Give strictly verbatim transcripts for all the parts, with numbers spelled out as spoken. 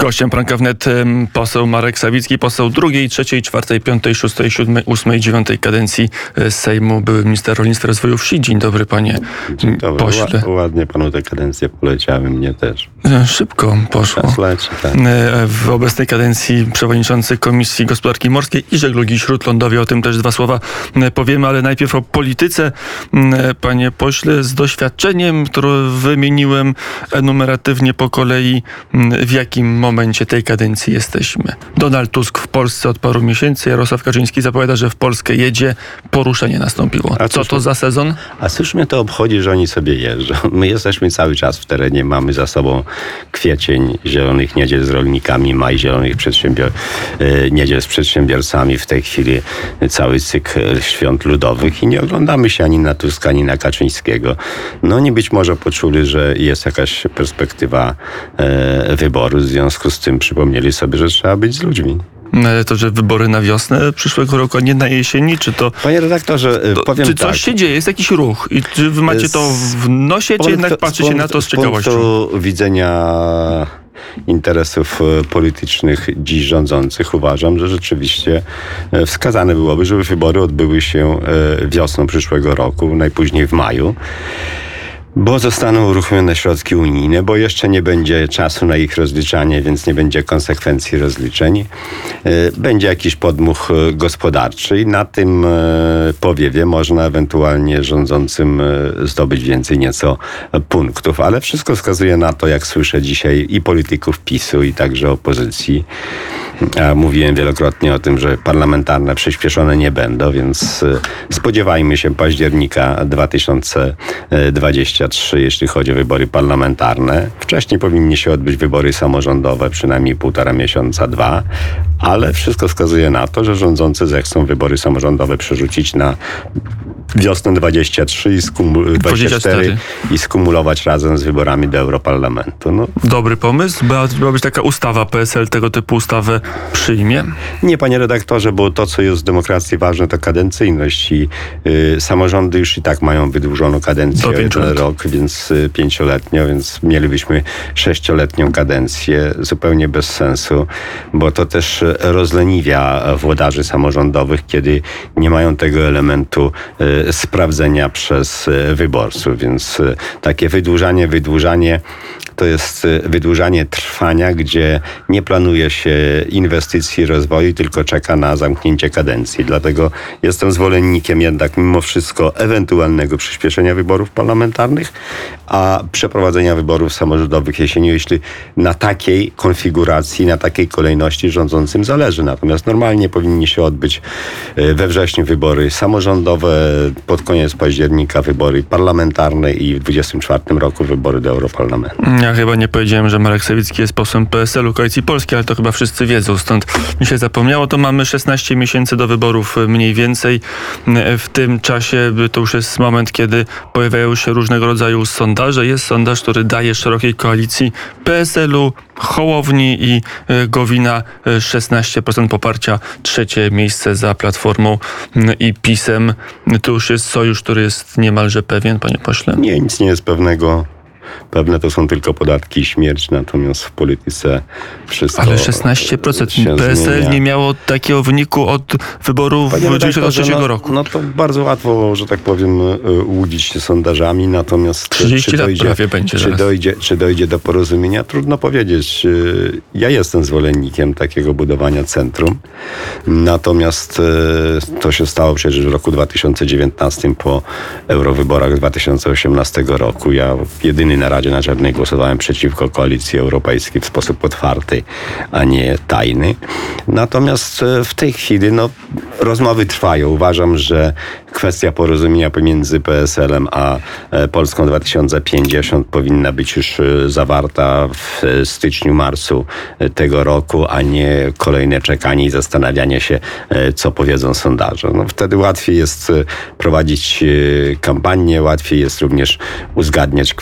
Gościem Poranka Wnet poseł Marek Sawicki, poseł drugiej, trzeciej, czwartej, piątej, szóstej, siódmej, ósmej, dziewiątej kadencji Sejmu, były minister rolnictwa i rozwoju wsi. Dzień dobry, panie Dzień dobry. pośle. Ładnie panu te kadencje poleciały, mnie też. Szybko poszło. Czas leci, tak. W obecnej kadencji przewodniczący Komisji Gospodarki Morskiej i Żeglugi Śródlądowej. O tym też dwa słowa powiemy, ale najpierw o polityce. Panie pośle, z doświadczeniem, które wymieniłem enumeratywnie po kolei, w jakim momencie tej kadencji jesteśmy? Donald Tusk w Polsce od paru miesięcy, Jarosław Kaczyński zapowiada, że w Polskę jedzie, poruszenie nastąpiło. A Co to mnie, za sezon? A cóż mnie to obchodzi, że oni sobie jeżdżą? My jesteśmy cały czas w terenie, mamy za sobą kwiecień zielonych niedziel z rolnikami, maj zielonych przedsiębior- niedziel z przedsiębiorcami, w tej chwili cały cykl świąt ludowych i nie oglądamy się ani na Tuska, ani na Kaczyńskiego. No oni być może poczuli, że jest jakaś perspektywa e, wyboru, w związku z tym przypomnieli sobie, że trzeba być z ludźmi. Ale to, że wybory na wiosnę przyszłego roku, a nie na jesieni, czy to... Panie redaktorze, to, powiem Czy coś tak. się dzieje? Jest jakiś ruch? I czy wy macie to w nosie, czy jednak patrzycie na to z ciekawością? Z punktu widzenia interesów politycznych dziś rządzących uważam, że rzeczywiście wskazane byłoby, żeby wybory odbyły się wiosną przyszłego roku, najpóźniej w maju. Bo zostaną uruchomione środki unijne, bo jeszcze nie będzie czasu na ich rozliczanie, więc nie będzie konsekwencji rozliczeń. Będzie jakiś podmuch gospodarczy i na tym powiewie można ewentualnie rządzącym zdobyć więcej nieco punktów. Ale wszystko wskazuje na to, jak słyszę dzisiaj i polityków PiSu, i także opozycji. A mówiłem wielokrotnie o tym, że parlamentarne przyspieszone nie będą, więc spodziewajmy się października dwa tysiące dwudziestego trzeciego, jeśli chodzi o wybory parlamentarne. Wcześniej powinny się odbyć wybory samorządowe, przynajmniej półtora miesiąca, dwa, ale wszystko wskazuje na to, że rządzący zechcą wybory samorządowe przerzucić na wiosnę dwudziestego trzeciego i skumul- dwudziestego czwartego i skumulować razem z wyborami do Europarlamentu. No. Dobry pomysł? Była być taka ustawa, P S L tego typu ustawę przyjmie? Nie, panie redaktorze, bo to, co jest w demokracji ważne, to kadencyjność i y, samorządy już i tak mają wydłużoną kadencję o jeden rok, więc y, pięcioletnio, więc mielibyśmy sześcioletnią kadencję, zupełnie bez sensu, bo to też rozleniwia włodarzy samorządowych, kiedy nie mają tego elementu y, sprawdzenia przez wyborców, więc takie wydłużanie, wydłużanie to jest wydłużanie trwania, gdzie nie planuje się inwestycji, rozwoju, tylko czeka na zamknięcie kadencji. Dlatego jestem zwolennikiem jednak mimo wszystko ewentualnego przyspieszenia wyborów parlamentarnych, a przeprowadzenia wyborów samorządowych jesienią, jeśli na takiej konfiguracji, na takiej kolejności rządzącym zależy. Natomiast normalnie powinni się odbyć we wrześniu wybory samorządowe, pod koniec października wybory parlamentarne i w dwudziestym czwartym roku wybory do Europarlamentu. Ja chyba nie powiedziałem, że Marek Sawicki jest posłem P S L-u, Koalicji Polskiej, ale to chyba wszyscy wiedzą, stąd mi się zapomniało. To mamy szesnaście miesięcy do wyborów mniej więcej. W tym czasie to już jest moment, kiedy pojawiają się różnego rodzaju sondaże. Jest sondaż, który daje szerokiej koalicji P S L-u, Hołowni i Gowina szesnaście procent poparcia, trzecie miejsce za Platformą i PiS-em. To już jest sojusz, który jest niemalże pewien, panie pośle? Nie, nic nie jest pewnego. Pewne to są tylko podatki i śmierć, natomiast w polityce wszystko. Ale szesnaście procent. P S L nie miało takiego wyniku od wyborów dziewięćdziesiątego trzeciego no, roku. No to bardzo łatwo, że tak powiem, łudzić się sondażami, natomiast trzydzieści czy, lat dojdzie, prawie będzie czy, dojdzie, czy dojdzie do porozumienia, trudno powiedzieć. Ja jestem zwolennikiem takiego budowania centrum, natomiast to się stało przecież w roku dwa tysiące dziewiętnastym po eurowyborach dwa tysiące osiemnastego roku. Ja jedyny na Radzie Naczelnej głosowałem przeciwko Koalicji Europejskiej w sposób otwarty, a nie tajny. Natomiast w tej chwili no, rozmowy trwają. Uważam, że kwestia porozumienia pomiędzy P S L-em a Polską dwa tysiące pięćdziesiąt powinna być już zawarta w styczniu, marcu tego roku, a nie kolejne czekanie i zastanawianie się, co powiedzą sondaże. No, wtedy łatwiej jest prowadzić kampanię, łatwiej jest również uzgadniać kwestie programowe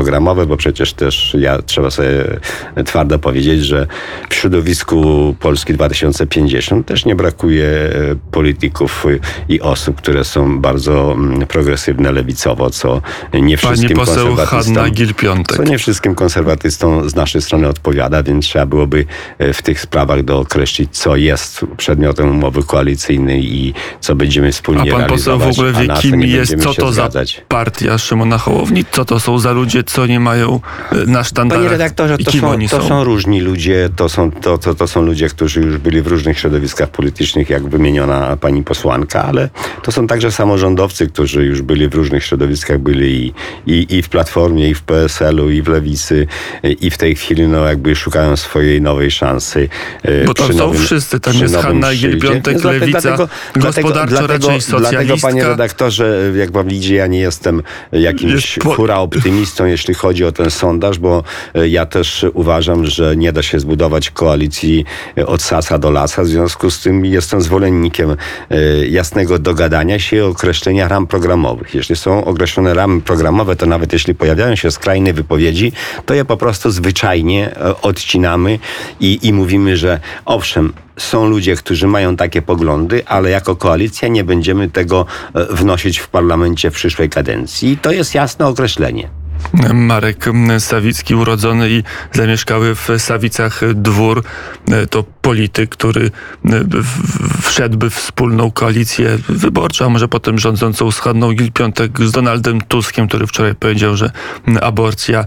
programowe, bo przecież też ja trzeba sobie twardo powiedzieć, że w środowisku Polski dwa tysiące pięćdziesiąt też nie brakuje polityków i osób, które są bardzo progresywne lewicowo, co nie wszystkim Pani poseł konserwatystom, Hanna Gill-Piątek. co nie wszystkim konserwatystom z naszej strony odpowiada, więc trzeba byłoby w tych sprawach dookreślić, co jest przedmiotem umowy koalicyjnej i co będziemy wspólnie realizować. A pan poseł w ogóle wie, kim jest, co to za partia Szymona Hołowni? Co to są za ludzie, co nie mają na sztandarach? Panie redaktorze, i to, kim są, oni to są? są różni ludzie, to są, to, to, to są ludzie, którzy już byli w różnych środowiskach politycznych, jak wymieniona pani posłanka, ale to są także samorządowcy, którzy już byli w różnych środowiskach, byli i, i, i w Platformie, i w P S L u, i w Lewicy, i w tej chwili no jakby szukają swojej nowej szansy. Bo to są nowym, wszyscy, tam jest Hanna Gill-Piątek, Lewica, dlatego, gospodarczo dlatego, raczej socjalistka. Dlatego, panie redaktorze, jak wam widzi, ja nie jestem jakimś po... hura optymistą, jeśli chodzi o ten sondaż, bo ja też uważam, że nie da się zbudować koalicji od sasa do lasa. W związku z tym jestem zwolennikiem jasnego dogadania się i określenia ram programowych. Jeśli są określone ramy programowe, to nawet jeśli pojawiają się skrajne wypowiedzi, to je po prostu zwyczajnie odcinamy i, i mówimy, że owszem, są ludzie, którzy mają takie poglądy, ale jako koalicja nie będziemy tego wnosić w parlamencie w przyszłej kadencji. I to jest jasne określenie. Marek Sawicki, urodzony i zamieszkały w Sawicach dwór, to polityk, który wszedłby w wspólną koalicję wyborczą, a może potem rządzącą z Hanną Gill-Piątek, z Donaldem Tuskiem, który wczoraj powiedział, że aborcja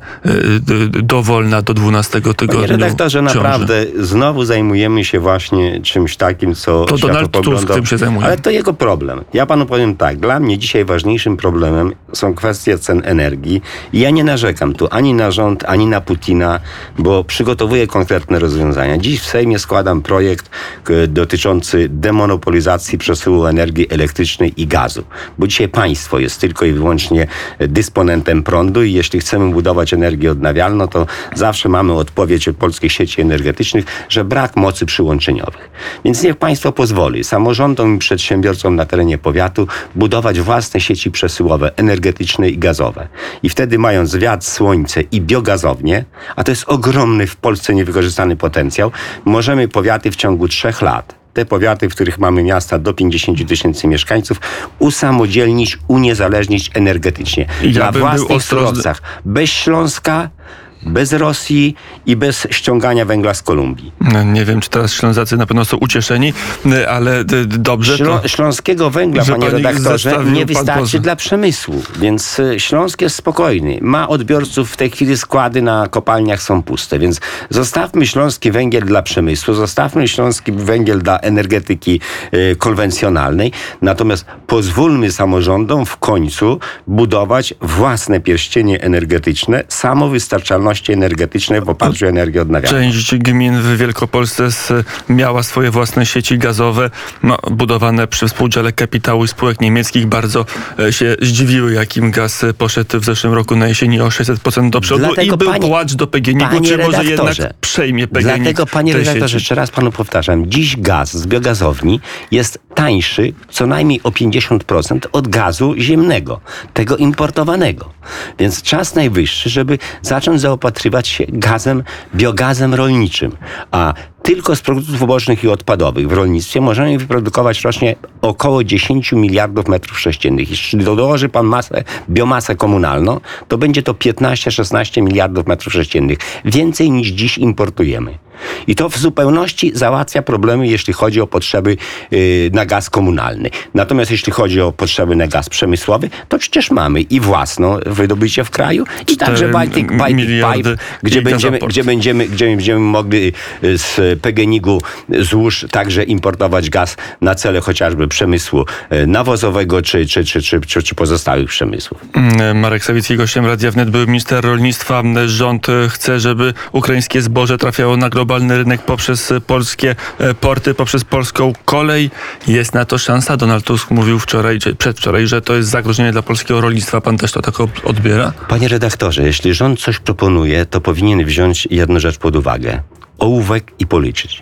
dowolna do dwunastego tygodnia. Panie redaktorze, ciąży. Naprawdę znowu zajmujemy się właśnie czymś takim, co to Donald Tusk tym się zajmuje. Ale to jego problem. Ja panu powiem tak, dla mnie dzisiaj ważniejszym problemem są kwestie cen energii i ja nie narzekam tu ani na rząd, ani na Putina, bo przygotowuję konkretne rozwiązania. Dziś w Sejmie składam projekt dotyczący demonopolizacji przesyłu energii elektrycznej i gazu, bo dzisiaj państwo jest tylko i wyłącznie dysponentem prądu i jeśli chcemy budować energię odnawialną, to zawsze mamy odpowiedź od polskich sieci energetycznych, że brak mocy przyłączeniowych. Więc niech państwo pozwoli samorządom i przedsiębiorcom na terenie powiatu budować własne sieci przesyłowe, energetyczne i gazowe. I wtedy mając wiatr, słońce i biogazownię, a to jest ogromny w Polsce niewykorzystany potencjał, możemy powiaty w ciągu trzech lat, te powiaty, w których mamy miasta do pięćdziesięciu tysięcy mieszkańców, usamodzielnić, uniezależnić energetycznie. Ja na własnych surowcach. Bez Śląska, bez Rosji i bez ściągania węgla z Kolumbii. No, nie wiem, czy teraz Ślązacy na pewno są ucieszeni, ale dobrze. Ślą- to, Śląskiego węgla, panie redaktorze, nie wystarczy dla przemysłu, więc Śląsk jest spokojny. Ma odbiorców, w tej chwili składy na kopalniach są puste, więc zostawmy śląski węgiel dla przemysłu, zostawmy śląski węgiel dla energetyki y, konwencjonalnej, natomiast pozwólmy samorządom w końcu budować własne pierścienie energetyczne, samowystarczalności energetycznej w oparciu o energię odnawialną. Część gmin w Wielkopolsce miała swoje własne sieci gazowe, no, budowane przy współudziale kapitału i spółek niemieckich. Bardzo się zdziwiły, jakim gaz poszedł w zeszłym roku na jesieni o sześćset procent do przodu. Dlatego, i był panie, płacz do P G N I G-u, czy może jednak przejmie P G N I G. Dlatego, panie redaktorze, jeszcze raz panu powtarzam, dziś gaz z biogazowni jest tańszy co najmniej o pięćdziesiąt procent od gazu ziemnego, tego importowanego. Więc czas najwyższy, żeby zacząć zaopatrywać się gazem, biogazem rolniczym. A tylko z produktów ubocznych i odpadowych w rolnictwie możemy wyprodukować rocznie około dziesięć miliardów metrów sześciennych. Jeśli dołoży pan masę, biomasę komunalną, to będzie to piętnaście szesnaście miliardów metrów sześciennych. Więcej niż dziś importujemy. I to w zupełności załatwia problemy, jeśli chodzi o potrzeby yy, na gaz komunalny. Natomiast jeśli chodzi o potrzeby na gaz przemysłowy, to przecież mamy i własną wydobycie w kraju, i także Baltic Pipe, gdzie będziemy, gdzie, będziemy, gdzie będziemy mogli z P G N I G-u złóż także importować gaz na cele chociażby przemysłu nawozowego czy, czy, czy, czy, czy, czy pozostałych przemysłów. Marek Sawicki, gościem Radia Wnet, był minister rolnictwa. Rząd chce, żeby ukraińskie zboże trafiało na globalny rynek poprzez polskie porty, poprzez polską kolej. Jest na to szansa? Donald Tusk mówił wczoraj, czy przedwczoraj, że to jest zagrożenie dla polskiego rolnictwa. Pan też to tak odbiera? Panie redaktorze, jeśli rząd coś proponuje, to powinien wziąć jedną rzecz pod uwagę. Ołówek i policzyć.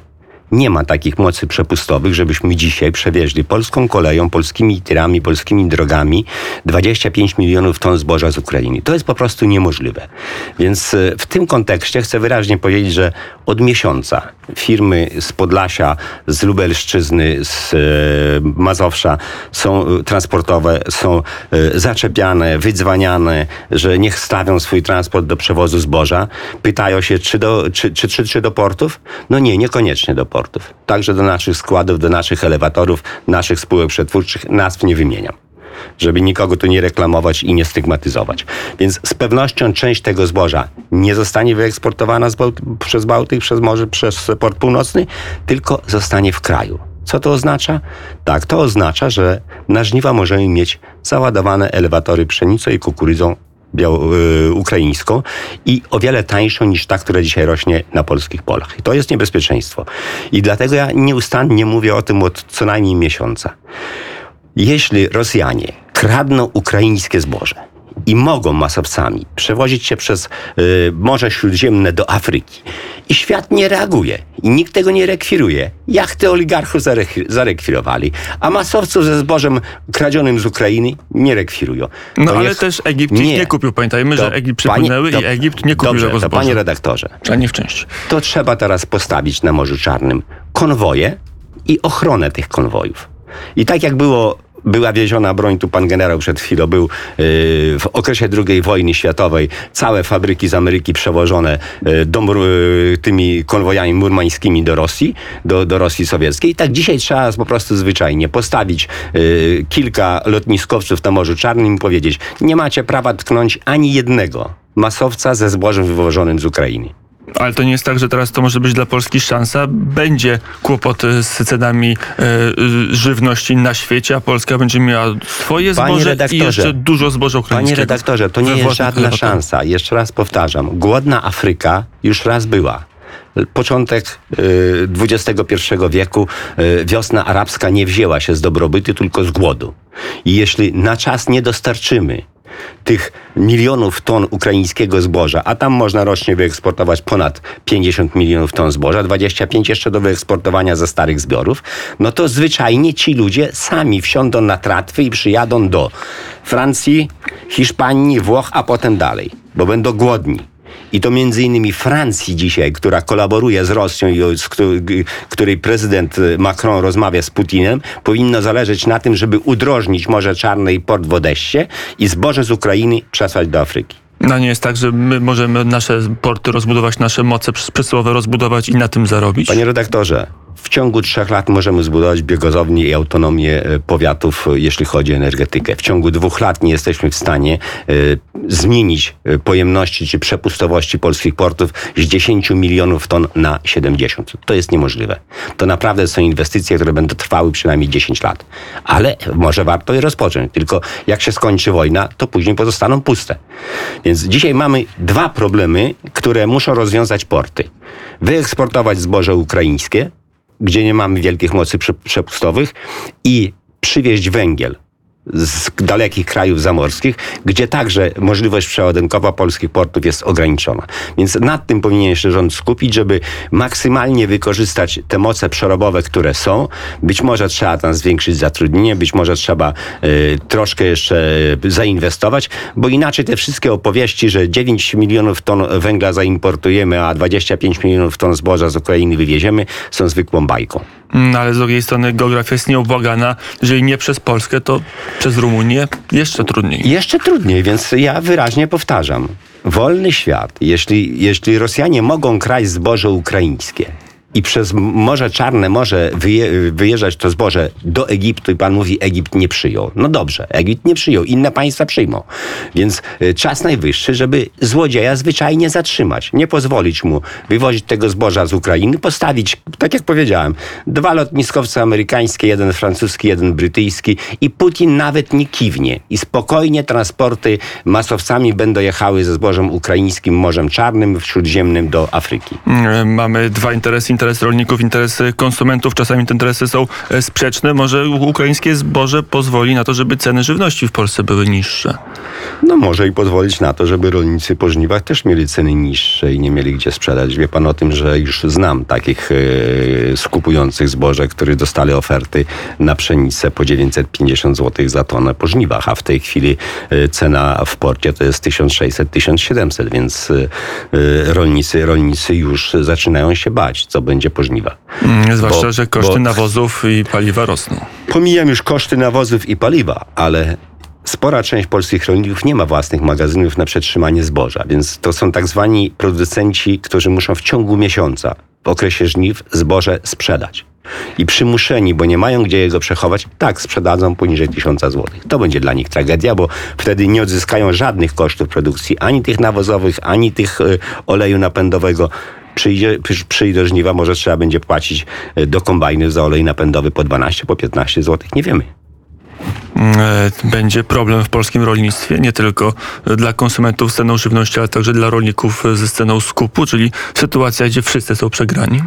Nie ma takich mocy przepustowych, żebyśmy dzisiaj przewieźli polską koleją, polskimi tirami, polskimi drogami dwadzieścia pięć milionów ton zboża z Ukrainy. To jest po prostu niemożliwe. Więc w tym kontekście chcę wyraźnie powiedzieć, że od miesiąca firmy z Podlasia, z Lubelszczyzny, z Mazowsza są transportowe, są zaczepiane, wydzwaniane, że niech stawią swój transport do przewozu zboża. Pytają się, czy do, czy, czy, czy, czy do portów? No nie, niekoniecznie do portów. Także do naszych składów, do naszych elewatorów, naszych spółek przetwórczych, nazw nie wymieniam, żeby nikogo tu nie reklamować i nie stygmatyzować. Więc z pewnością część tego zboża nie zostanie wyeksportowana z Bałty- przez Bałtyk, przez morze, przez Port Północny, tylko zostanie w kraju. Co to oznacza? Tak, to oznacza, że na żniwa możemy mieć załadowane elewatory pszenicą i kukurydzą biało- yy, ukraińską i o wiele tańszą niż ta, która dzisiaj rośnie na polskich polach. I to jest niebezpieczeństwo. I dlatego ja nieustannie mówię o tym od co najmniej miesiąca. Jeśli Rosjanie kradną ukraińskie zboże i mogą masowcami przewozić się przez y, Morze Śródziemne do Afryki i świat nie reaguje i nikt tego nie rekwiruje, jachty oligarchów zare- zarekwirowali, a masowców ze zbożem kradzionym z Ukrainy nie rekwirują. No To ale niech... też Egipt ich nie, nie kupił. Pamiętajmy, To że Egipt przypłynęły panie, to, i Egipt nie kupił dobrze, tego to zboża. panie redaktorze, A nie w części. to trzeba teraz postawić na Morzu Czarnym konwoje i ochronę tych konwojów. I tak jak było Była wieziona broń, tu pan generał przed chwilą był, yy, w okresie drugiej wojny światowej całe fabryki z Ameryki przewożone yy, do, yy, tymi konwojami murmańskimi do Rosji, do, do Rosji sowieckiej. I tak dzisiaj trzeba po prostu zwyczajnie postawić yy, kilka lotniskowców na Morzu Czarnym i powiedzieć, nie macie prawa tknąć ani jednego masowca ze zbożem wywożonym z Ukrainy. Ale to nie jest tak, że teraz to może być dla Polski szansa. Będzie kłopot z cenami e, żywności na świecie, a Polska będzie miała swoje Panie zboże redaktorze, i jeszcze dużo zboża ukraińskiego. Panie redaktorze, to nie jest żadna szansa. Jeszcze raz powtarzam. Głodna Afryka już raz była. Początek y, dwudziestego pierwszego wieku, y, wiosna arabska nie wzięła się z dobrobytu, tylko z głodu. I jeśli na czas nie dostarczymy tych milionów ton ukraińskiego zboża, a tam można rocznie wyeksportować ponad pięćdziesiąt milionów ton zboża, dwadzieścia pięć jeszcze do wyeksportowania ze starych zbiorów, no to zwyczajnie ci ludzie sami wsiądą na tratwy i przyjadą do Francji, Hiszpanii, Włoch, a potem dalej, bo będą głodni. I to między innymi Francji dzisiaj, która kolaboruje z Rosją i z której prezydent Macron rozmawia z Putinem, powinno zależeć na tym, żeby udrożnić Morze Czarne i port w Odessie i zboże z Ukrainy przesłać do Afryki. No nie jest tak, że my możemy nasze porty rozbudować, nasze moce przesyłowe rozbudować i na tym zarobić? Panie redaktorze, w ciągu trzech lat możemy zbudować biogazownię i autonomię powiatów, jeśli chodzi o energetykę. W ciągu dwóch lat nie jesteśmy w stanie y, zmienić pojemności czy przepustowości polskich portów z dziesięć milionów ton na siedemdziesiąt. To jest niemożliwe. To naprawdę są inwestycje, które będą trwały przynajmniej dziesięć lat. Ale może warto je rozpocząć. Tylko jak się skończy wojna, to później pozostaną puste. Więc dzisiaj mamy dwa problemy, które muszą rozwiązać porty. Wyeksportować zboże ukraińskie, gdzie nie mamy wielkich mocy przepustowych, i przywieźć węgiel z dalekich krajów zamorskich, gdzie także możliwość przeładunkowa polskich portów jest ograniczona. Więc nad tym powinien się rząd skupić, żeby maksymalnie wykorzystać te moce przerobowe, które są. Być może trzeba tam zwiększyć zatrudnienie, być może trzeba y, troszkę jeszcze zainwestować, bo inaczej te wszystkie opowieści, że dziewięć milionów ton węgla zaimportujemy, a dwadzieścia pięć milionów ton zboża z Ukrainy wywieziemy, są zwykłą bajką. No, ale z drugiej strony geografia jest nieubłagana. Jeżeli nie przez Polskę, to przez Rumunię jeszcze trudniej. Jeszcze trudniej, więc ja wyraźnie powtarzam. Wolny świat, jeśli, jeśli Rosjanie mogą kraść zboże ukraińskie i przez Morze Czarne może wyje, wyjeżdżać to zboże do Egiptu i pan mówi, Egipt nie przyjął. No dobrze, Egipt nie przyjął, inne państwa przyjmą. Więc y, czas najwyższy, żeby złodzieja zwyczajnie zatrzymać. Nie pozwolić mu wywozić tego zboża z Ukrainy, postawić, tak jak powiedziałem, dwa lotniskowce amerykańskie, jeden francuski, jeden brytyjski i Putin nawet nie kiwnie. I spokojnie transporty masowcami będą jechały ze zbożem ukraińskim Morzem Czarnym, Śródziemnym do Afryki. Mamy dwa interesy interesy rolników, interesy konsumentów. Czasami te interesy są sprzeczne. Może ukraińskie zboże pozwoli na to, żeby ceny żywności w Polsce były niższe. No może i pozwolić na to, żeby rolnicy po żniwach też mieli ceny niższe i nie mieli gdzie sprzedać. Wie pan o tym, że już znam takich e, skupujących zboże, którzy dostali oferty na pszenicę po dziewięćset pięćdziesiąt złotych za tonę po żniwach, a w tej chwili e, cena w porcie to jest tysiąc sześćset do tysiąc siedemset, więc e, rolnicy, rolnicy już zaczynają się bać, co będzie po żniwach. Mm, zwłaszcza, bo, że koszty bo, nawozów i paliwa rosną. Pomijam już koszty nawozów i paliwa, ale spora część polskich rolników nie ma własnych magazynów na przetrzymanie zboża, więc to są tak zwani producenci, którzy muszą w ciągu miesiąca, w okresie żniw, zboże sprzedać. I przymuszeni, bo nie mają gdzie jego przechować, tak sprzedadzą poniżej tysiąca złotych. To będzie dla nich tragedia, bo wtedy nie odzyskają żadnych kosztów produkcji, ani tych nawozowych, ani tych y, oleju napędowego. Przyjdzie, przyjdzie żniwa, może trzeba będzie płacić do kombajnów za olej napędowy po dwanaście, po piętnaście złotych, nie wiemy. Będzie problem w polskim rolnictwie, nie tylko dla konsumentów z ceną żywności, ale także dla rolników ze sceną skupu, czyli sytuacja, gdzie wszyscy są przegrani.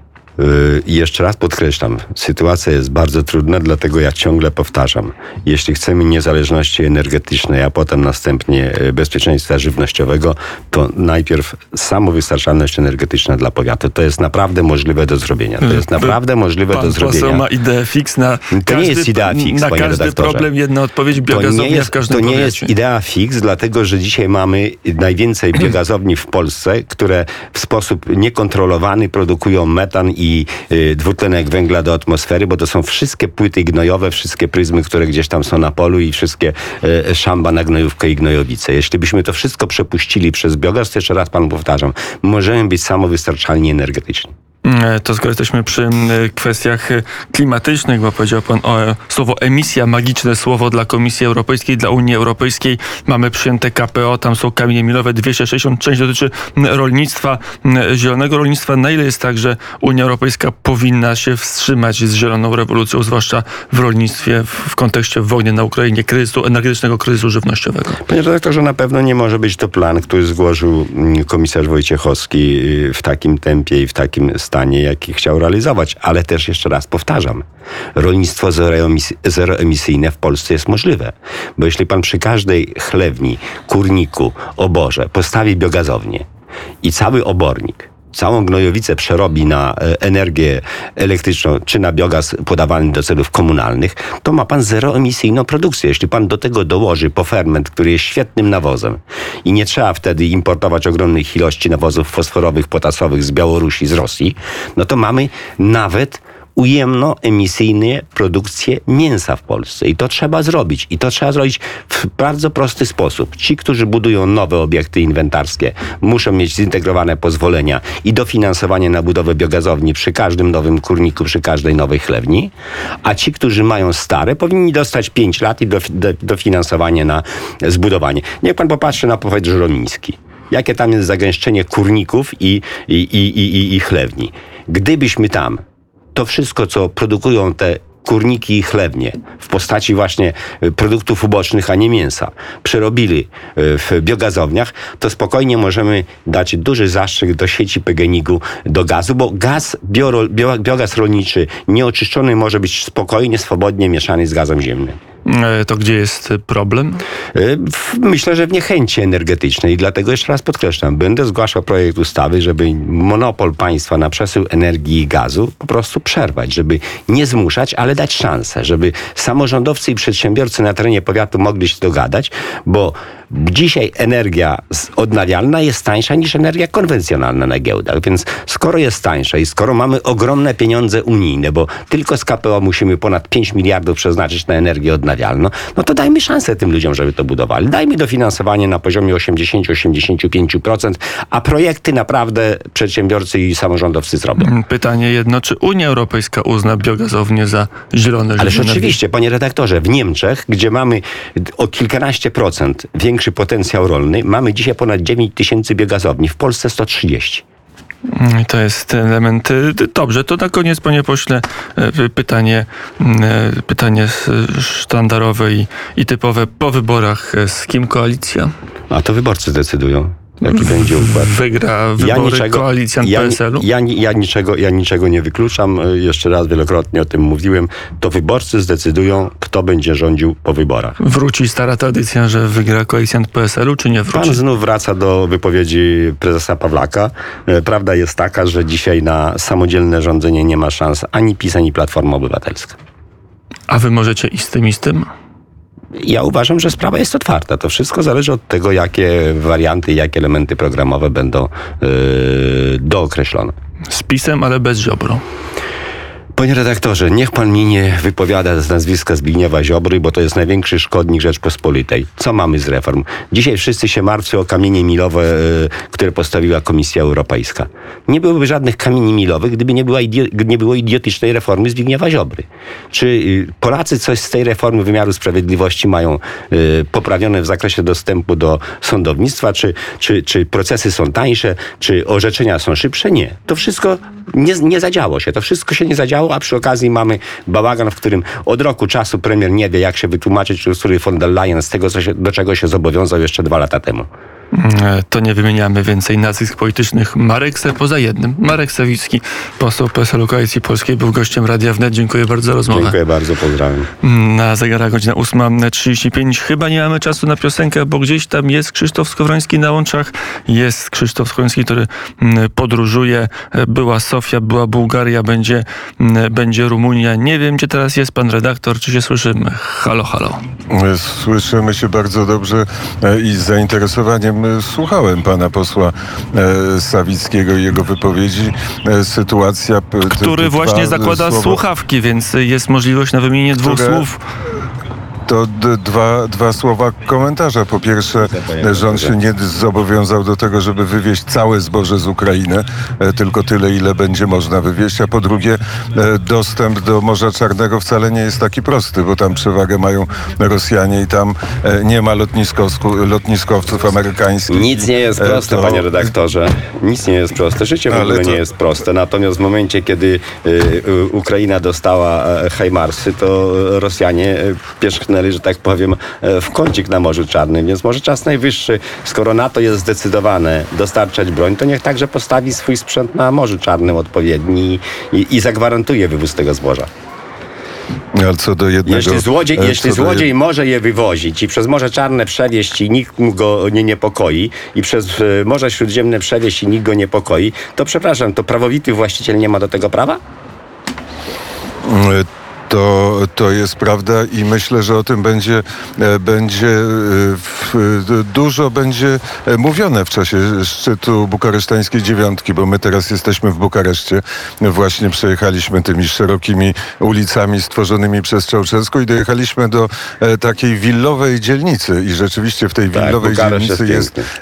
I jeszcze raz podkreślam, sytuacja jest bardzo trudna, dlatego ja ciągle powtarzam, jeśli chcemy niezależności energetycznej, a potem następnie bezpieczeństwa żywnościowego, to najpierw samowystarczalność energetyczna dla powiatu. To jest naprawdę możliwe do zrobienia. To jest naprawdę możliwe Pan do zrobienia. Pan ma ideę fix na to każdy, nie jest idea fix, na każdy redaktorze. problem, jedna odpowiedź, biogazownia w każdym To nie powiecie. jest idea fix, dlatego że dzisiaj mamy najwięcej biogazowni w Polsce, które w sposób niekontrolowany produkują metan i i y, dwutlenek węgla do atmosfery, bo to są wszystkie płyty gnojowe, wszystkie pryzmy, które gdzieś tam są na polu i wszystkie y, szamba na gnojówkę i gnojowice. Jeśli byśmy to wszystko przepuścili przez biogaz, to jeszcze raz panu powtarzam, możemy być samowystarczalni energetycznie. To skoro jesteśmy przy kwestiach klimatycznych, bo powiedział pan o słowo emisja, magiczne słowo dla Komisji Europejskiej, dla Unii Europejskiej. Mamy przyjęte K P O, tam są kamienie milowe, dwieście sześćdziesiąt, część dotyczy rolnictwa, zielonego rolnictwa. Na ile jest tak, że Unia Europejska powinna się wstrzymać z zieloną rewolucją, zwłaszcza w rolnictwie, w kontekście wojny na Ukrainie, kryzysu, energetycznego kryzysu żywnościowego? Panie redaktorze, na pewno nie może być to plan, który złożył komisarz Wojciechowski w takim tempie i w takim stanie, jaki chciał realizować. Ale też jeszcze raz powtarzam, rolnictwo zeroemisyjne w Polsce jest możliwe. Bo jeśli pan przy każdej chlewni, kurniku, oborze postawi biogazownię i cały obornik, całą gnojowicę przerobi na energię elektryczną, czy na biogaz podawany do celów komunalnych, to ma pan zeroemisyjną produkcję. Jeśli pan do tego dołoży poferment, który jest świetnym nawozem i nie trzeba wtedy importować ogromnych ilości nawozów fosforowych, potasowych z Białorusi, z Rosji, no to mamy nawet ujemnoemisyjne produkcję mięsa w Polsce. I to trzeba zrobić. I to trzeba zrobić w bardzo prosty sposób. Ci, którzy budują nowe obiekty inwentarskie, muszą mieć zintegrowane pozwolenia i dofinansowanie na budowę biogazowni przy każdym nowym kurniku, przy każdej nowej chlewni. A ci, którzy mają stare, powinni dostać pięć lat i dofinansowanie na zbudowanie. Niech pan popatrzy na powiat żeromiński. Jakie tam jest zagęszczenie kurników i, i, i, i, i chlewni. Gdybyśmy tam to wszystko, co produkują te kurniki i chlewnie w postaci właśnie produktów ubocznych, a nie mięsa, przerobili w biogazowniach, to spokojnie możemy dać duży zastrzyk do sieci P G N iG-u, do gazu, bo gaz, bio, bio, biogaz rolniczy nieoczyszczony może być spokojnie, swobodnie mieszany z gazem ziemnym. To gdzie jest problem? Myślę, że w niechęci energetycznej. Dlatego jeszcze raz podkreślam, będę zgłaszał projekt ustawy, żeby monopol państwa na przesył energii i gazu po prostu przerwać, żeby nie zmuszać, ale dać szansę, żeby samorządowcy i przedsiębiorcy na terenie powiatu mogli się dogadać, bo dzisiaj energia odnawialna jest tańsza niż energia konwencjonalna na giełdach, więc skoro jest tańsza i skoro mamy ogromne pieniądze unijne, bo tylko z K P O musimy ponad pięć miliardów przeznaczyć na energię odnawialną, no to dajmy szansę tym ludziom, żeby to budowali. Dajmy dofinansowanie na poziomie osiemdziesiąt do osiemdziesięciu pięciu procent, a projekty naprawdę przedsiębiorcy i samorządowcy zrobią. Pytanie jedno, czy Unia Europejska uzna biogazownię za zielone? Ależ oczywiście, panie redaktorze, w Niemczech, gdzie mamy o kilkanaście procent większy potencjał rolny, mamy dzisiaj ponad dziewięć tysięcy biogazowni, w Polsce sto trzydzieści. To jest element. Dobrze, to na koniec, panie pośle, pytanie, pytanie sztandarowe i, i typowe. Po wyborach z kim koalicja? A to wyborcy decydują. jaki będzie układ. Wygra wybory ja niczego, koalicjant ja, P S L-u? Ja, ja, niczego, ja niczego nie wykluczam. Jeszcze raz wielokrotnie o tym mówiłem. To wyborcy zdecydują, kto będzie rządził po wyborach. Wróci stara tradycja, że wygra koalicjant P S L-u, czy nie wróci? Pan znów wraca do wypowiedzi prezesa Pawlaka. Prawda jest taka, że dzisiaj na samodzielne rządzenie nie ma szans ani PiS, ani Platforma Obywatelska. A wy możecie i z tym, i z tym? Ja uważam, że sprawa jest otwarta. To wszystko zależy od tego, jakie warianty, jakie elementy programowe będą yy, dookreślone. Z PiS-em, ale bez Ziobro. Panie redaktorze, niech pan mi nie wypowiada z nazwiska Zbigniewa Ziobry, bo to jest największy szkodnik Rzeczpospolitej. Co mamy z reform? Dzisiaj wszyscy się martwią o kamienie milowe, które postawiła Komisja Europejska. Nie byłoby żadnych kamieni milowych, gdyby nie, była idio- nie było idiotycznej reformy Zbigniewa Ziobry. Czy Polacy coś z tej reformy wymiaru sprawiedliwości mają y, poprawione w zakresie dostępu do sądownictwa? Czy, czy, czy procesy są tańsze? Czy orzeczenia są szybsze? Nie. To wszystko nie, nie zadziało się. To wszystko się nie zadziało, a przy okazji mamy bałagan, w którym od roku czasu premier nie wie, jak się wytłumaczyć Ursuly von der Leyen z tego, co się, do czego się zobowiązał jeszcze dwa lata temu. To nie wymieniamy więcej nazwisk politycznych. Marek Se, poza jednym. Marek Sawicki, poseł P S L-u Koalicji Polskiej, był gościem Radia Wnet. Dziękuję bardzo za rozmowę. Dziękuję bardzo, pozdrawiam. Na zegarach godzina ósma trzydzieści pięć. Chyba nie mamy czasu na piosenkę, bo gdzieś tam jest Krzysztof Skowroński na łączach. Jest Krzysztof Skowroński, który podróżuje. Była Sofia, była Bułgaria, będzie, będzie Rumunia. Nie wiem, gdzie teraz jest pan redaktor. Czy się słyszymy? Halo, halo. Słyszymy się bardzo dobrze i z zainteresowaniem słuchałem pana posła e, Sawickiego i jego wypowiedzi. E, sytuacja... P, Który t, właśnie dwa, zakłada słowo, słuchawki, więc jest możliwość na wymienienie dwóch które, słów. To d- dwa, dwa słowa komentarza. Po pierwsze, rząd się nie zobowiązał do tego, żeby wywieźć całe zboże z Ukrainy, e, tylko tyle, ile będzie można wywieźć. A po drugie, e, dostęp do Morza Czarnego wcale nie jest taki prosty, bo tam przewagę mają Rosjanie i tam e, nie ma lotniskowców amerykańskich. Nic nie jest proste, to... panie redaktorze. Nic nie jest proste. Życie w Ale ogóle to... nie jest proste. Natomiast w momencie, kiedy y, y, Ukraina dostała y, Hajmarsy, to Rosjanie y, pierzchnęli, że tak powiem, w kącik na Morzu Czarnym, więc może czas najwyższy, skoro NATO jest zdecydowane dostarczać broń, to niech także postawi swój sprzęt na Morzu Czarnym odpowiedni i, i zagwarantuje wywóz tego zboża. Ale co do jednego... Jeśli złodziej, jeśli złodziej jed... może je wywozić i przez Morze Czarne przewieźć i nikt mu go nie niepokoi i przez Morze Śródziemne przewieźć i nikt go niepokoi, to przepraszam, to prawowity właściciel nie ma do tego prawa? To, to jest prawda i myślę, że o tym będzie, będzie w, dużo będzie mówione w czasie szczytu bukaresztańskiej dziewiątki, bo my teraz jesteśmy w Bukareszcie. Właśnie przejechaliśmy tymi szerokimi ulicami stworzonymi przez Ceausescu i dojechaliśmy do takiej willowej dzielnicy i rzeczywiście w tej tak, willowej Bukaresz dzielnicy jest, jest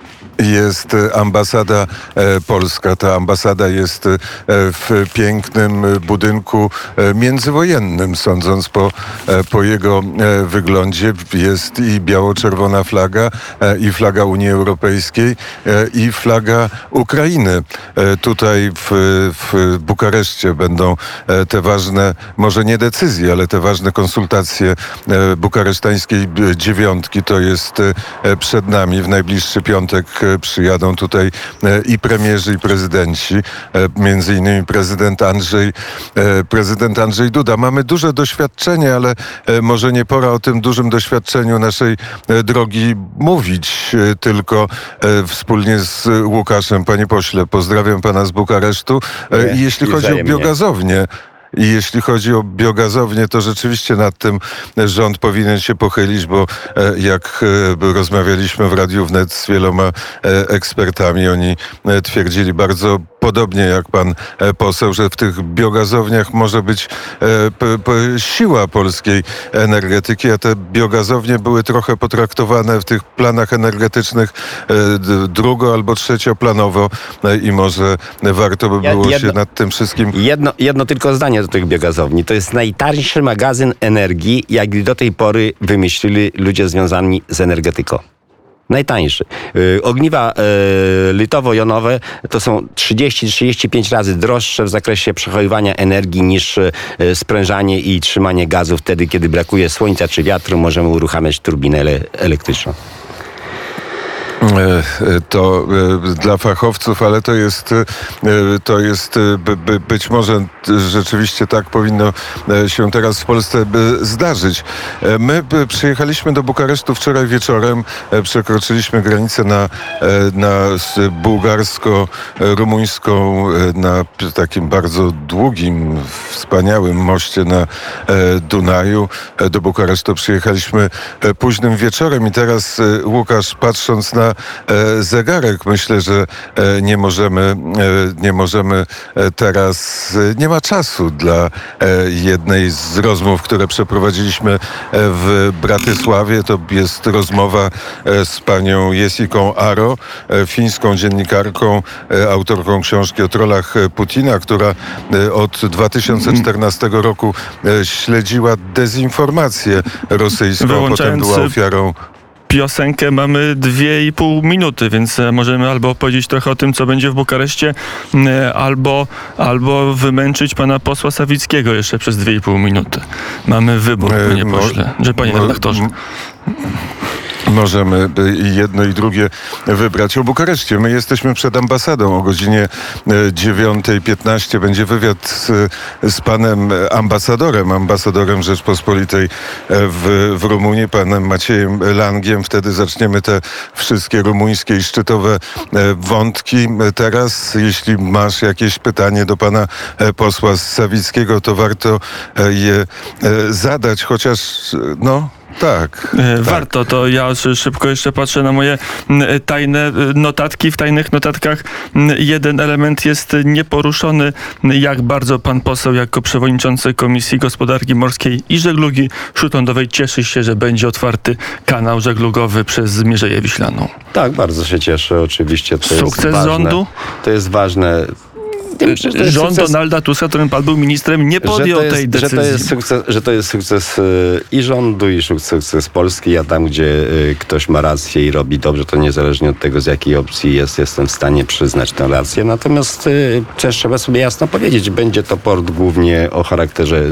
jest ambasada polska. Ta ambasada jest w pięknym budynku międzywojennym, sądząc po, po jego wyglądzie. Jest i biało-czerwona flaga, i flaga Unii Europejskiej, i flaga Ukrainy. Tutaj w, w Bukareszcie będą te ważne, może nie decyzje, ale te ważne konsultacje bukaresztańskiej dziewiątki. To jest przed nami. W najbliższy piątek przyjadą tutaj i premierzy, i prezydenci, między innymi prezydent Andrzej, prezydent Andrzej Duda. Mamy duże doświadczenie, ale może nie pora o tym dużym doświadczeniu naszej drogi mówić, tylko wspólnie z Łukaszem. Panie pośle, pozdrawiam pana z Bukaresztu. I jeśli chodzi o biogazownię, I jeśli chodzi o biogazownię, to rzeczywiście nad tym rząd powinien się pochylić, bo jak rozmawialiśmy w Radiu Wnet z wieloma ekspertami, oni twierdzili bardzo podobnie jak pan poseł, że w tych biogazowniach może być p- p- siła polskiej energetyki, a te biogazownie były trochę potraktowane w tych planach energetycznych drugo- albo trzecioplanowo i może warto by było jedno, się nad tym wszystkim... Jedno, jedno tylko zdanie do tych biogazowni. To jest najtańszy magazyn energii, jaki do tej pory wymyślili ludzie związani z energetyką. Najtańszy. Yy, ogniwa yy, litowo-jonowe to są trzydzieści do trzydziestu pięciu razy droższe w zakresie przechowywania energii niż yy, sprężanie i trzymanie gazu wtedy, kiedy brakuje słońca czy wiatru. Możemy uruchamiać turbinę ele- elektryczną. To dla fachowców, ale to jest, to jest by, by, być może rzeczywiście tak powinno się teraz w Polsce zdarzyć. My przyjechaliśmy do Bukaresztu wczoraj wieczorem, przekroczyliśmy granicę na, na bułgarsko-rumuńską, na takim bardzo długim, wspaniałym moście na Dunaju. Do Bukaresztu przyjechaliśmy późnym wieczorem i teraz, Łukasz, patrząc na zegarek, myślę, że nie możemy, nie możemy teraz, nie ma czasu dla jednej z rozmów, które przeprowadziliśmy w Bratysławie. To jest rozmowa z panią Jessiką Aro, fińską dziennikarką, autorką książki o trollach Putina, która od dwa tysiące czternastego roku śledziła dezinformację rosyjską, potem była ofiarą. Piosenkę mamy dwie i pół minuty, więc możemy albo opowiedzieć trochę o tym, co będzie w Bukareszcie, albo, albo wymęczyć pana posła Sawickiego jeszcze przez dwie i pół minuty. Mamy wybór, panie pośle, że panie redaktorze. Możemy jedno i drugie wybrać. O Bukareszcie. My jesteśmy przed ambasadą. O godzinie dziewiąta piętnaście będzie wywiad z, z panem ambasadorem, ambasadorem Rzeczpospolitej w, w Rumunii, panem Maciejem Langiem. Wtedy zaczniemy te wszystkie rumuńskie i szczytowe wątki. Teraz, jeśli masz jakieś pytanie do pana posła Sawickiego, to warto je zadać, chociaż no... Tak, Warto, tak. To ja szybko jeszcze patrzę na moje tajne notatki. W tajnych notatkach jeden element jest nieporuszony. Jak bardzo pan poseł jako przewodniczący Komisji Gospodarki Morskiej i Żeglugi Śródlądowej cieszy się, że będzie otwarty kanał żeglugowy przez Mierzeję Wiślaną. Tak, bardzo się cieszę. Oczywiście to Sukces jest ważne. rządu? To jest ważne. Rząd sukces, Donalda Tuska, którym pan był ministrem, nie podjął jest, tej decyzji. Że to jest sukces, że to jest sukces i rządu, i sukces Polski. Ja tam, gdzie ktoś ma rację i robi dobrze, to niezależnie od tego, z jakiej opcji jest, jestem w stanie przyznać tę rację. Natomiast też trzeba sobie jasno powiedzieć, będzie to port głównie o charakterze,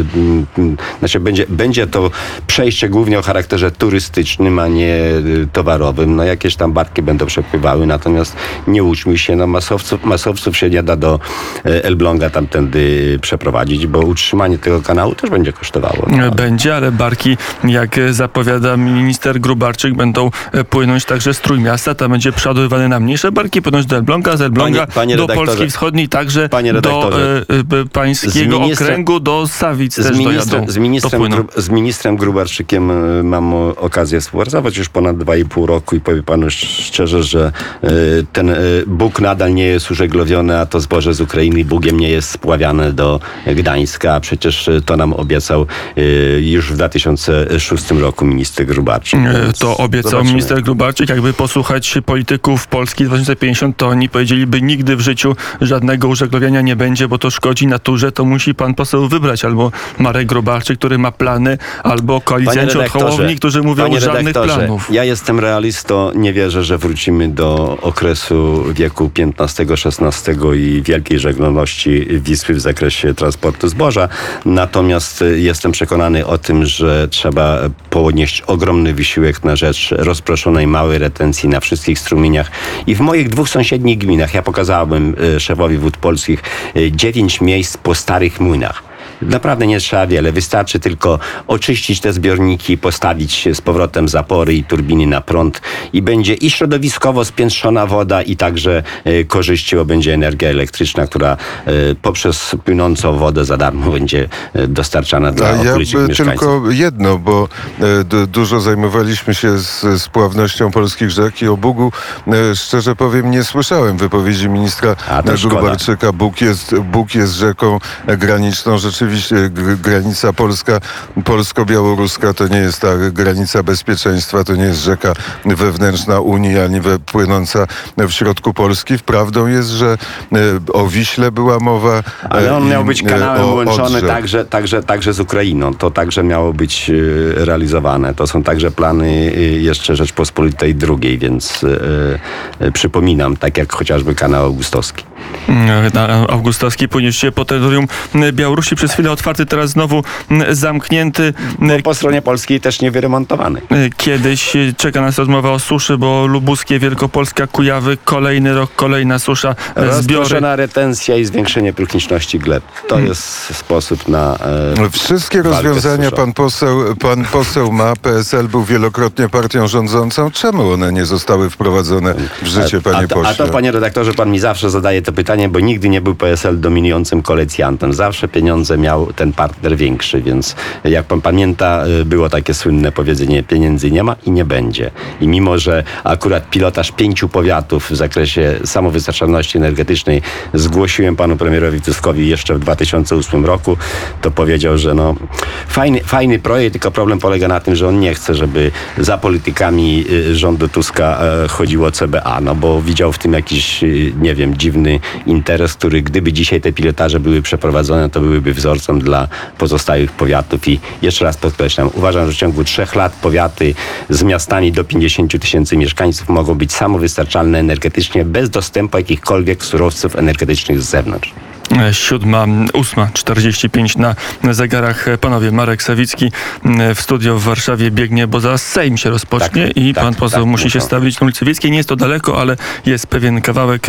znaczy będzie, będzie to przejście głównie o charakterze turystycznym, a nie towarowym. No jakieś tam barki będą przepływały, natomiast nie łudźmy się, no masowców, masowców się nie da do Elbląga tamtędy przeprowadzić, bo utrzymanie tego kanału też będzie kosztowało. No. Będzie, ale barki, jak zapowiada minister Grubarczyk, będą płynąć także z Trójmiasta. Tam będzie przeładowywany na mniejsze barki, płynąć do Elbląga, z Elbląga panie, panie do Polski Wschodniej, także do e, pańskiego okręgu, do Sawic też z ministrem, dojadą. Z ministrem, Gru, z ministrem Grubarczykiem mam okazję współpracować już ponad dwa i pół roku i powiem panu szczerze, że e, ten e, Bóg nadal nie jest użeglowiony, a to zboże z Ukrainy Bugiem nie jest spławiane do Gdańska, a przecież to nam obiecał już w dwa tysiące szóstym roku minister Grubarczyk. To obiecał zobaczymy. Minister Grubarczyk. Jakby posłuchać polityków Polski dwa tysiące pięćdziesiąt, to oni powiedzieliby, nigdy w życiu żadnego użeglowienia nie będzie, bo to szkodzi naturze, to musi pan poseł wybrać albo Marek Grubarczyk, który ma plany, albo koalicjanci od Hołowni, którzy mówią o żadnych planów. Ja jestem realistą, nie wierzę, że wrócimy do okresu wieku piętnastego szesnastego i wielkiej żeglowności Wisły w zakresie transportu zboża. Natomiast jestem przekonany o tym, że trzeba ponieść ogromny wysiłek na rzecz rozproszonej małej retencji na wszystkich strumieniach. I w moich dwóch sąsiednich gminach, ja pokazałem szefowi Wód Polskich dziewięć miejsc po starych młynach. Naprawdę nie trzeba wiele. Wystarczy tylko oczyścić te zbiorniki, postawić z powrotem zapory i turbiny na prąd i będzie i środowiskowo spiętrzona woda i także e, korzyściowo będzie energia elektryczna, która e, poprzez płynącą wodę za darmo będzie e, dostarczana dla ja okolicznych mieszkańców. Tylko jedno, bo e, d, dużo zajmowaliśmy się z spławnością polskich rzek i o Bugu, e, szczerze powiem, nie słyszałem wypowiedzi ministra Grubarczyka. Bóg jest, Bóg jest rzeką graniczną. Rzeczywiście granica polska, polsko-białoruska to nie jest ta granica bezpieczeństwa, to nie jest rzeka wewnętrzna Unii, ani płynąca w środku Polski. Prawdą jest, że o Wiśle była mowa. Ale on miał być kanałem o, łączony także, także, także z Ukrainą. To także miało być realizowane. To są także plany jeszcze Rzeczpospolitej drugiej, więc yy, przypominam, tak jak chociażby kanał augustowski. Na Augustowskiej płyniecie po terytorium Białorusi, przez chwilę otwarty, teraz znowu zamknięty. Bo po stronie polskiej też nie wyremontowany. Kiedyś czeka nas rozmowa o suszy, bo Lubuskie, Wielkopolska, Kujawy, kolejny rok, kolejna susza, zbiory. Rozproszona retencja i zwiększenie próchniczności gleb. To hmm. jest sposób na e, Wszystkie rozwiązania pan poseł, pan poseł ma. P S L był wielokrotnie partią rządzącą. Czemu one nie zostały wprowadzone w życie, panie a, a, pośle? A to, panie redaktorze, pan mi zawsze zadaje to pytanie, bo nigdy nie był P S L dominującym koalicjantem. Zawsze pieniądze miał ten partner większy, więc jak pan pamięta, było takie słynne powiedzenie: pieniędzy nie ma i nie będzie. I mimo, że akurat pilotaż pięciu powiatów w zakresie samowystarczalności energetycznej zgłosiłem panu premierowi Tuskowi jeszcze w dwa tysiące ósmym roku, to powiedział, że no fajny, fajny projekt, tylko problem polega na tym, że on nie chce, żeby za politykami rządu Tuska chodziło C B A, no bo widział w tym jakiś, nie wiem, dziwny interes, który gdyby dzisiaj te pilotaże były przeprowadzone, to byłyby wzorcem dla pozostałych powiatów. I jeszcze raz podkreślam, uważam, że w ciągu trzech lat powiaty z miastami do pięćdziesięciu tysięcy mieszkańców mogą być samowystarczalne energetycznie bez dostępu jakichkolwiek surowców energetycznych z zewnątrz. Siódma, ósma, czterdzieści pięć na zegarach. Panowie, Marek Sawicki w studio w Warszawie biegnie, bo zaraz Sejm się rozpocznie tak, i tak, pan poseł tak, musi się stawić na ulicy Wiejskiej. Nie jest to daleko, ale jest pewien kawałek.